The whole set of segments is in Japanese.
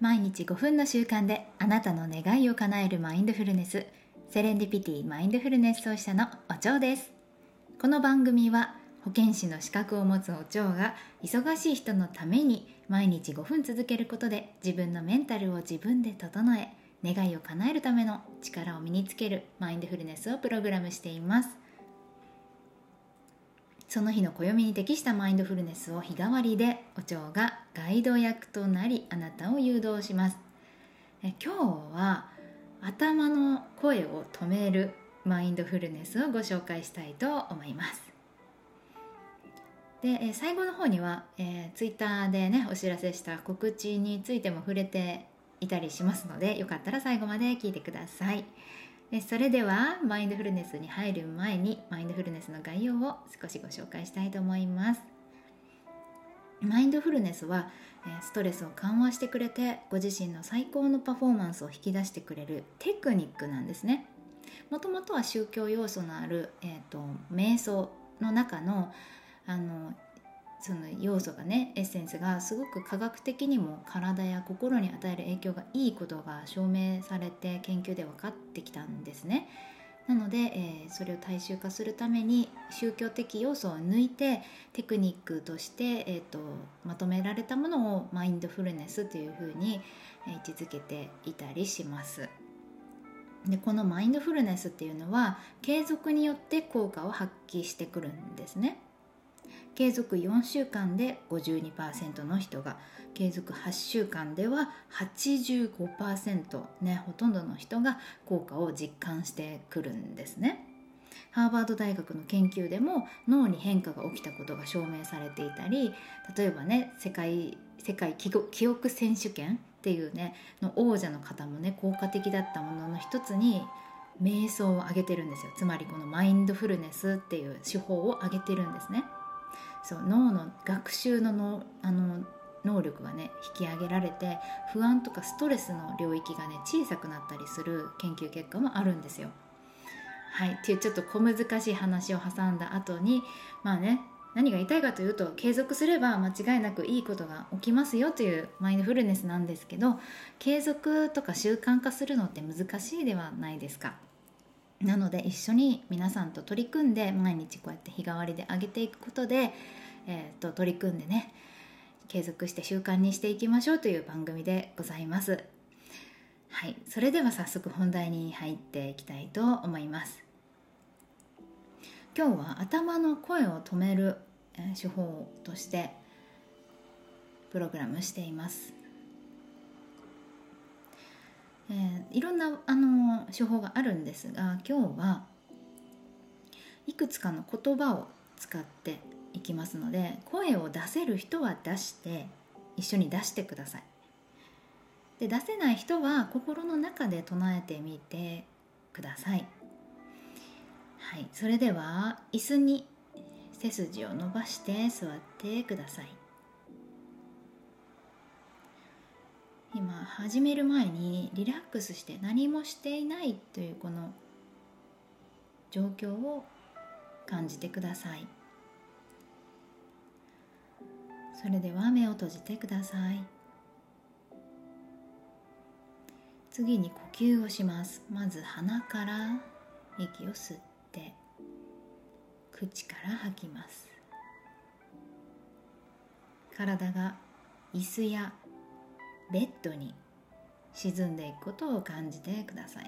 毎日5分の習慣であなたの願いを叶えるマインドフルネス、セレンディピティマインドフルネス奏者のお蝶です。この番組は保健師の資格を持つお蝶が忙しい人のために毎日5分続けることで自分のメンタルを自分で整え、願いを叶えるための力を身につけるマインドフルネスをプログラムしています。その日の暦に適したマインドフルネスを日替わりでお蝶がガイド役となりあなたを誘導します。今日は頭の声を止めるマインドフルネスをご紹介したいと思います。で最後の方には、ツイッターでねお知らせした告知についても触れていたりしますので、よかったら最後まで聞いてください。それではマインドフルネスに入る前にマインドフルネスの概要を少しご紹介したいと思います。マインドフルネスはストレスを緩和してくれてご自身の最高のパフォーマンスを引き出してくれるテクニックなんですね。もともとは宗教要素のある、瞑想の中のその要素がね、エッセンスがすごく科学的にも体や心に与える影響がいいことが証明されて研究で分かってきたんですね。なので、それを大衆化するために宗教的要素を抜いてテクニックとして、まとめられたものをマインドフルネスというふうに位置づけていたりします。でこのマインドフルネスっていうのは継続によって効果を発揮してくるんですね。継続4週間で 52% の人が、継続8週間では 85%、ほとんどの人が効果を実感してくるんですね。ハーバード大学の研究でも脳に変化が起きたことが証明されていたり、例えばね世界記憶選手権っていうねの王者の方もね効果的だったものの一つに瞑想を挙げてるんですよ。つまりこのマインドフルネスっていう手法を挙げてるんですね。そう、脳の学習の能力がね引き上げられて、不安とかストレスの領域がね小さくなったりする研究結果もあるんですよ。はい、っていうちょっと小難しい話を挟んだ後に、何が言いたいかというと、継続すれば間違いなくいいことが起きますよというマインドフルネスなんですけど、継続とか習慣化するのって難しいではないですか。なので一緒に皆さんと取り組んで毎日こうやって日替わりで上げていくことで、取り組んでね継続して習慣にしていきましょうという番組でございます。はい、それでは早速本題に入っていきたいと思います。今日は頭の声を止める手法としてプログラムしています。いろんな手法があるんですが、今日はいくつかの言葉を使っていきますので、声を出せる人は出して一緒に出してください。で出せない人は心の中で唱えてみてください。はい、それでは椅子に背筋を伸ばして座ってください。今始める前にリラックスして何もしていないというこの状況を感じてください。それでは目を閉じてください。次に呼吸をします。まず鼻から息を吸って口から吐きます。体が椅子やベッドに沈んでいくことを感じてください。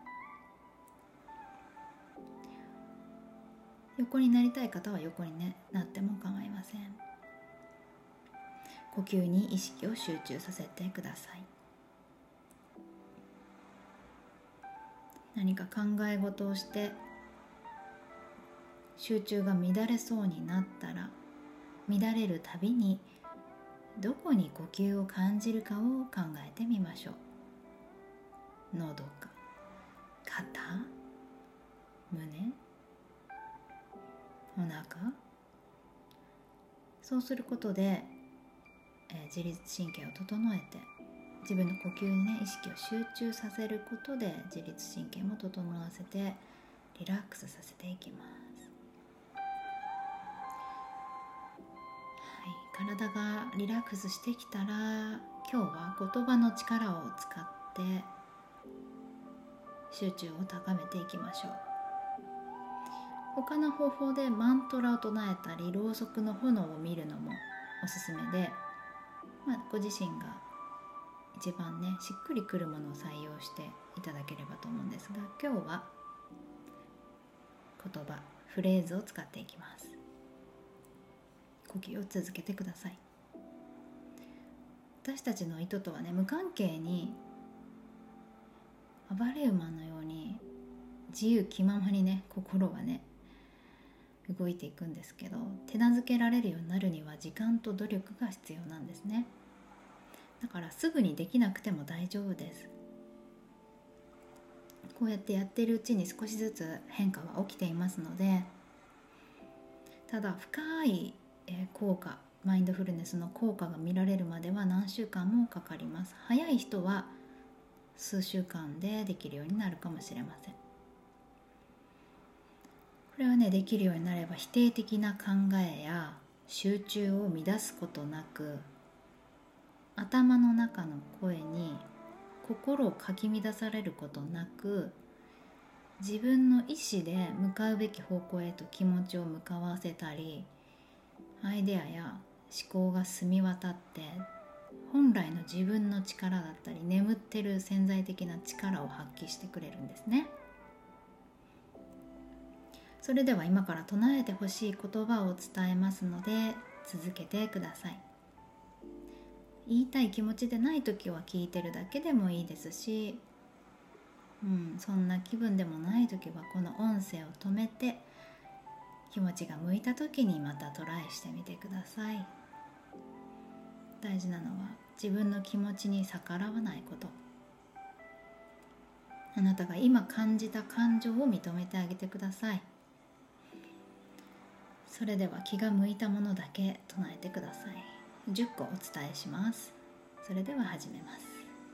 横になりたい方は横に、なっても構いません。呼吸に意識を集中させてください。何か考え事をして集中が乱れそうになったら、乱れるたびにどこに呼吸を感じるかを考えてみましょう。喉か肩、胸、お腹。そうすることで、自律神経を整えて自分の呼吸に意識を集中させることで自律神経も整わせてリラックスさせていきます。はい、 体がリラックスしてきたら、今日は言葉の力を使って集中を高めていきましょう。他の方法でマントラを唱えたり、ろうそくの炎を見るのもおすすめで、ご自身が一番ねしっくりくるものを採用していただければと思うんですが、今日は言葉、フレーズを使っていきます。呼吸を続けてください。私たちの意図とはね無関係に、暴れ馬のように自由気ままにね心がね動いていくんですけど、手なずけられるようになるには時間と努力が必要なんですね。だからすぐにできなくても大丈夫です。こうやってやっているうちに少しずつ変化は起きていますので、ただ深い効果、マインドフルネスの効果が見られるまでは何週間もかかります。早い人は数週間でできるようになるかもしれません。これはねできるようになれば否定的な考えや集中を乱すことなく、頭の中の声に心をかき乱されることなく、自分の意思で向かうべき方向へと気持ちを向かわせたり、アイデアや思考が澄み渡って本来の自分の力だったり、眠ってる潜在的な力を発揮してくれるんですね。それでは今から唱えてほしい言葉を伝えますので続けてください。言いたい気持ちでない時は聞いてるだけでもいいですし、そんな気分でもない時はこの音声を止めて、気持ちが向いた時にまたトライしてみてください。大事なのは自分の気持ちに逆らわないこと。あなたが今感じた感情を認めてあげてください。それでは気が向いたものだけ唱えてください。10個お伝えします。それでは始めます。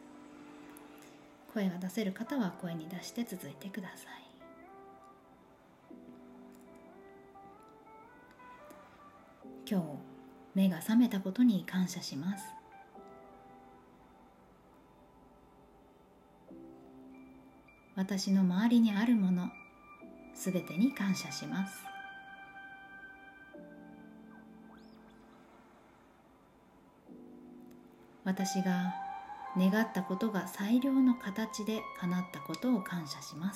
声が出せる方は声に出して続いてください。今日目が覚めたことに感謝します。私の周りにあるものすべてに感謝します。私が願ったことが最良の形で叶ったことを感謝します。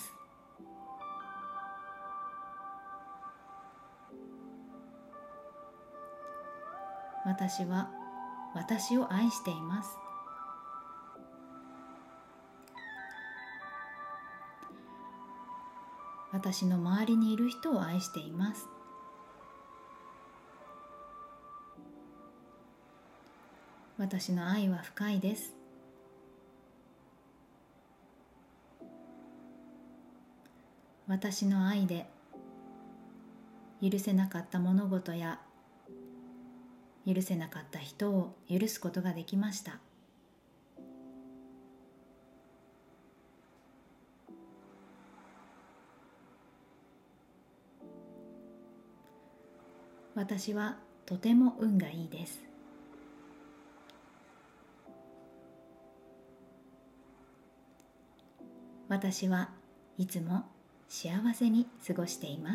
私は私を愛しています。私の周りにいる人を愛しています。私の愛は深いです。私の愛で許せなかった物事や許せなかった人を許すことができました。私はとても運がいいです。私はいつも幸せに過ごしています。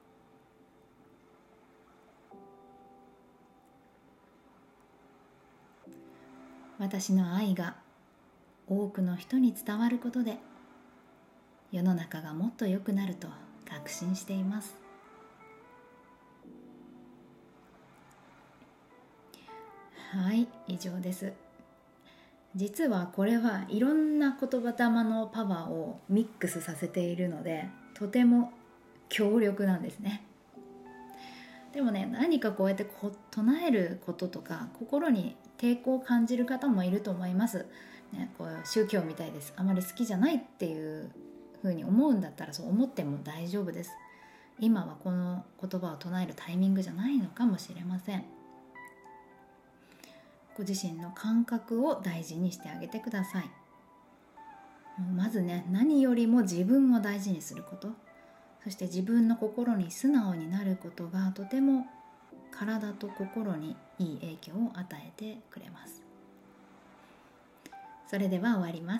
私の愛が多くの人に伝わることで世の中がもっと良くなると確信しています。はい、以上です。実はこれはいろんな言葉霊のパワーをミックスさせているので、とても強力なんですね。でもね、何かこうやって唱えることとか心に抵抗を感じる方もいると思います、ね、こう宗教みたいです、あまり好きじゃないっていうふうに思うんだったらそう思っても大丈夫です。今はこの言葉を唱えるタイミングじゃないのかもしれません。ご自身の感覚を大事にしてあげてください。まずね、何よりも自分を大事にすること、そして自分の心に素直になることがとても体と心にいい影響を与えてくれます。それでは終わります。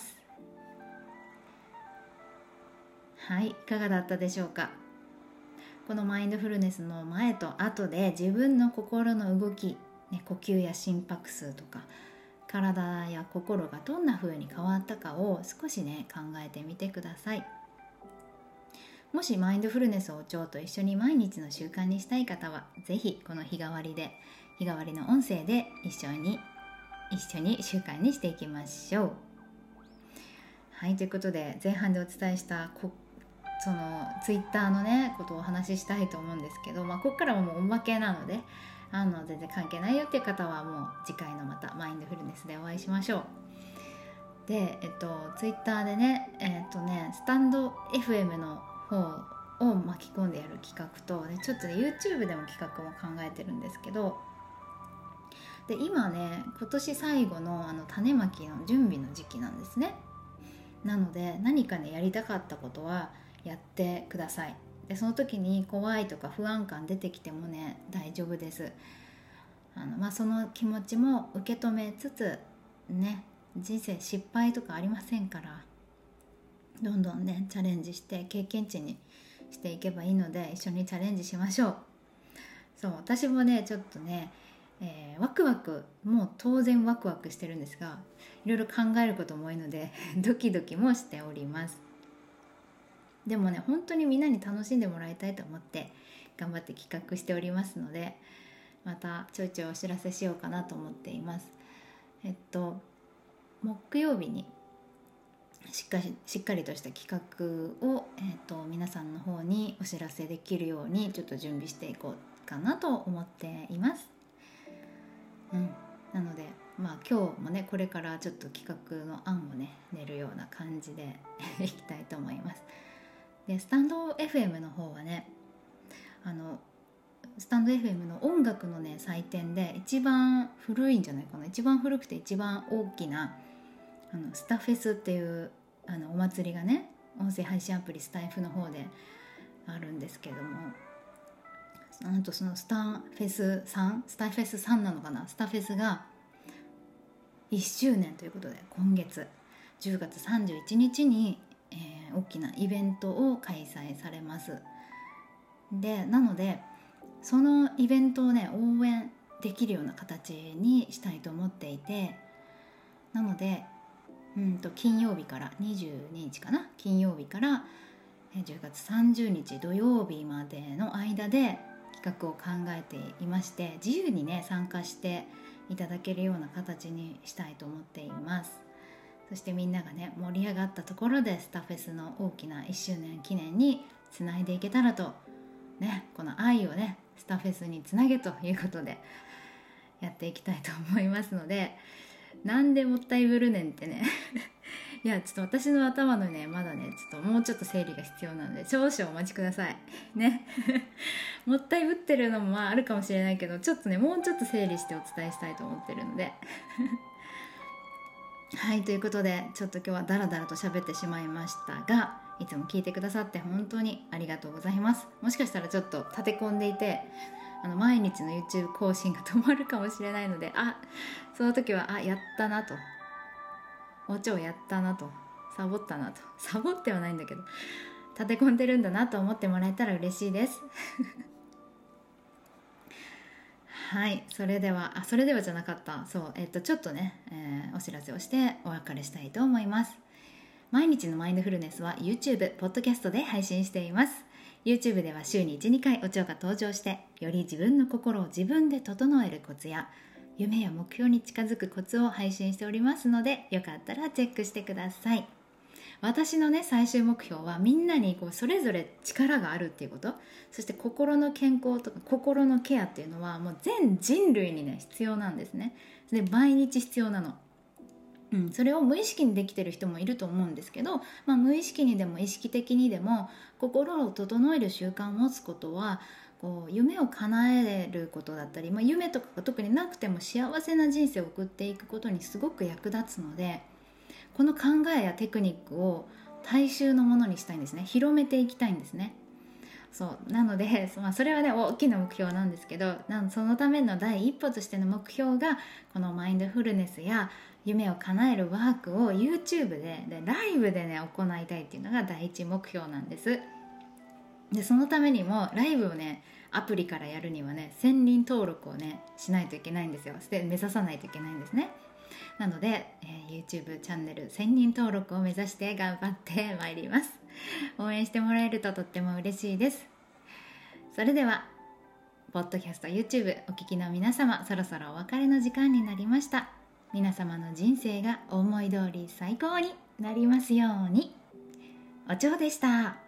はい、いかがだったでしょうか。このマインドフルネスの前と後で自分の心の動き、呼吸や心拍数とか体や心がどんな風に変わったかを少し考えてみてください。もしマインドフルネスをちょっと一緒に毎日の習慣にしたい方は、ぜひこの日替わりの音声で一緒に習慣にしていきましょう。はい、ということで前半でお伝えしたそのツイッターのことをお話ししたいと思うんですけど、ここからはもうおまけなので全然関係ないよっていう方はもう次回のまたマインドフルネスでお会いしましょう。で、ツイッターでスタンド FM の方を巻き込んでやる企画と、ちょっとYouTube でも企画も考えてるんですけど、で今今年最後の種まきの準備の時期なんですね。なので何かやりたかったことはやってください。でその時に怖いとか不安感出てきても大丈夫です。その気持ちも受け止めつつ人生失敗とかありませんから、どんどんチャレンジして経験値にしていけばいいので、一緒にチャレンジしましょう。そう、私もちょっとワクワク、もう当然ワクワクしてるんですが、いろいろ考えることも多いのでドキドキもしております。でも本当にみんなに楽しんでもらいたいと思って頑張って企画しておりますので、またちょいちょいお知らせしようかなと思っています。木曜日にしっかりとした企画を、皆さんの方にお知らせできるようにちょっと準備していこうかなと思っています。なので今日もこれからちょっと企画の案を練るような感じでいきたいと思います。でスタンド FM の方はスタンド FM の音楽の祭典で一番古いんじゃないかな、一番古くて一番大きなスタフェスっていうお祭りが音声配信アプリスタイフの方であるんですけども、なんとそのスタフェス3なのかな、スタフェスが1周年ということで、今月10月31日に、大きなイベントを開催されます。でなのでそのイベントを応援できるような形にしたいと思っていて、なので金曜日から22日かな、金曜日から10月30日土曜日までの間で企画を考えていまして、自由に参加していただけるような形にしたいと思っています。そしてみんなが盛り上がったところでスタフェスの大きな1周年記念につないでいけたらと、この愛をスタフェスにつなげということでやっていきたいと思いますので、なんでもったいぶるねんっていやちょっと私の頭のまだちょっともうちょっと整理が必要なので少々お待ちくださいもったいぶってるのもあるかもしれないけど、ちょっともうちょっと整理してお伝えしたいと思ってるのではい、ということでちょっと今日はダラダラと喋ってしまいましたが、いつも聞いてくださって本当にありがとうございます。もしかしたらちょっと立て込んでいて毎日の YouTube 更新が止まるかもしれないので、その時はやったなと、お蝶やったなと、サボったなと、サボってはないんだけど立て込んでるんだなと思ってもらえたら嬉しいですはい、それではじゃなかった。そう、ちょっとお知らせをしてお別れしたいと思います。毎日のマインドフルネスは YouTube、ポッドキャストで配信しています。YouTube では週に 1,2 回お蝶が登場して、より自分の心を自分で整えるコツや夢や目標に近づくコツを配信しておりますので、よかったらチェックしてください。私の最終目標はみんなにそれぞれ力があるっていうこと、そして心の健康とか心のケアっていうのはもう全人類に必要なんですね。で毎日必要なの。それを無意識にできてる人もいると思うんですけど、無意識にでも意識的にでも心を整える習慣を持つことは夢を叶えることだったり、夢とかが特になくても幸せな人生を送っていくことにすごく役立つので、この考えやテクニックを大衆のものにしたいんですね。広めていきたいんですね。 そうなので、それはね大きな目標なんですけど、そのための第一歩としての目標がこのマインドフルネスや夢を叶えるワークを YouTube でライブでね行いたいっていうのが第一目標なんです。でそのためにもライブをねアプリからやるにはね1000人登録をねしないといけないんですよ。で目指さないといけないんですね。なので、YouTube チャンネル1000人登録を目指して頑張ってまいります。応援してもらえるととっても嬉しいです。それではポッドキャスト YouTube お聞きの皆様、そろそろお別れの時間になりました。皆様の人生が思い通り最高になりますように。お蝶でした。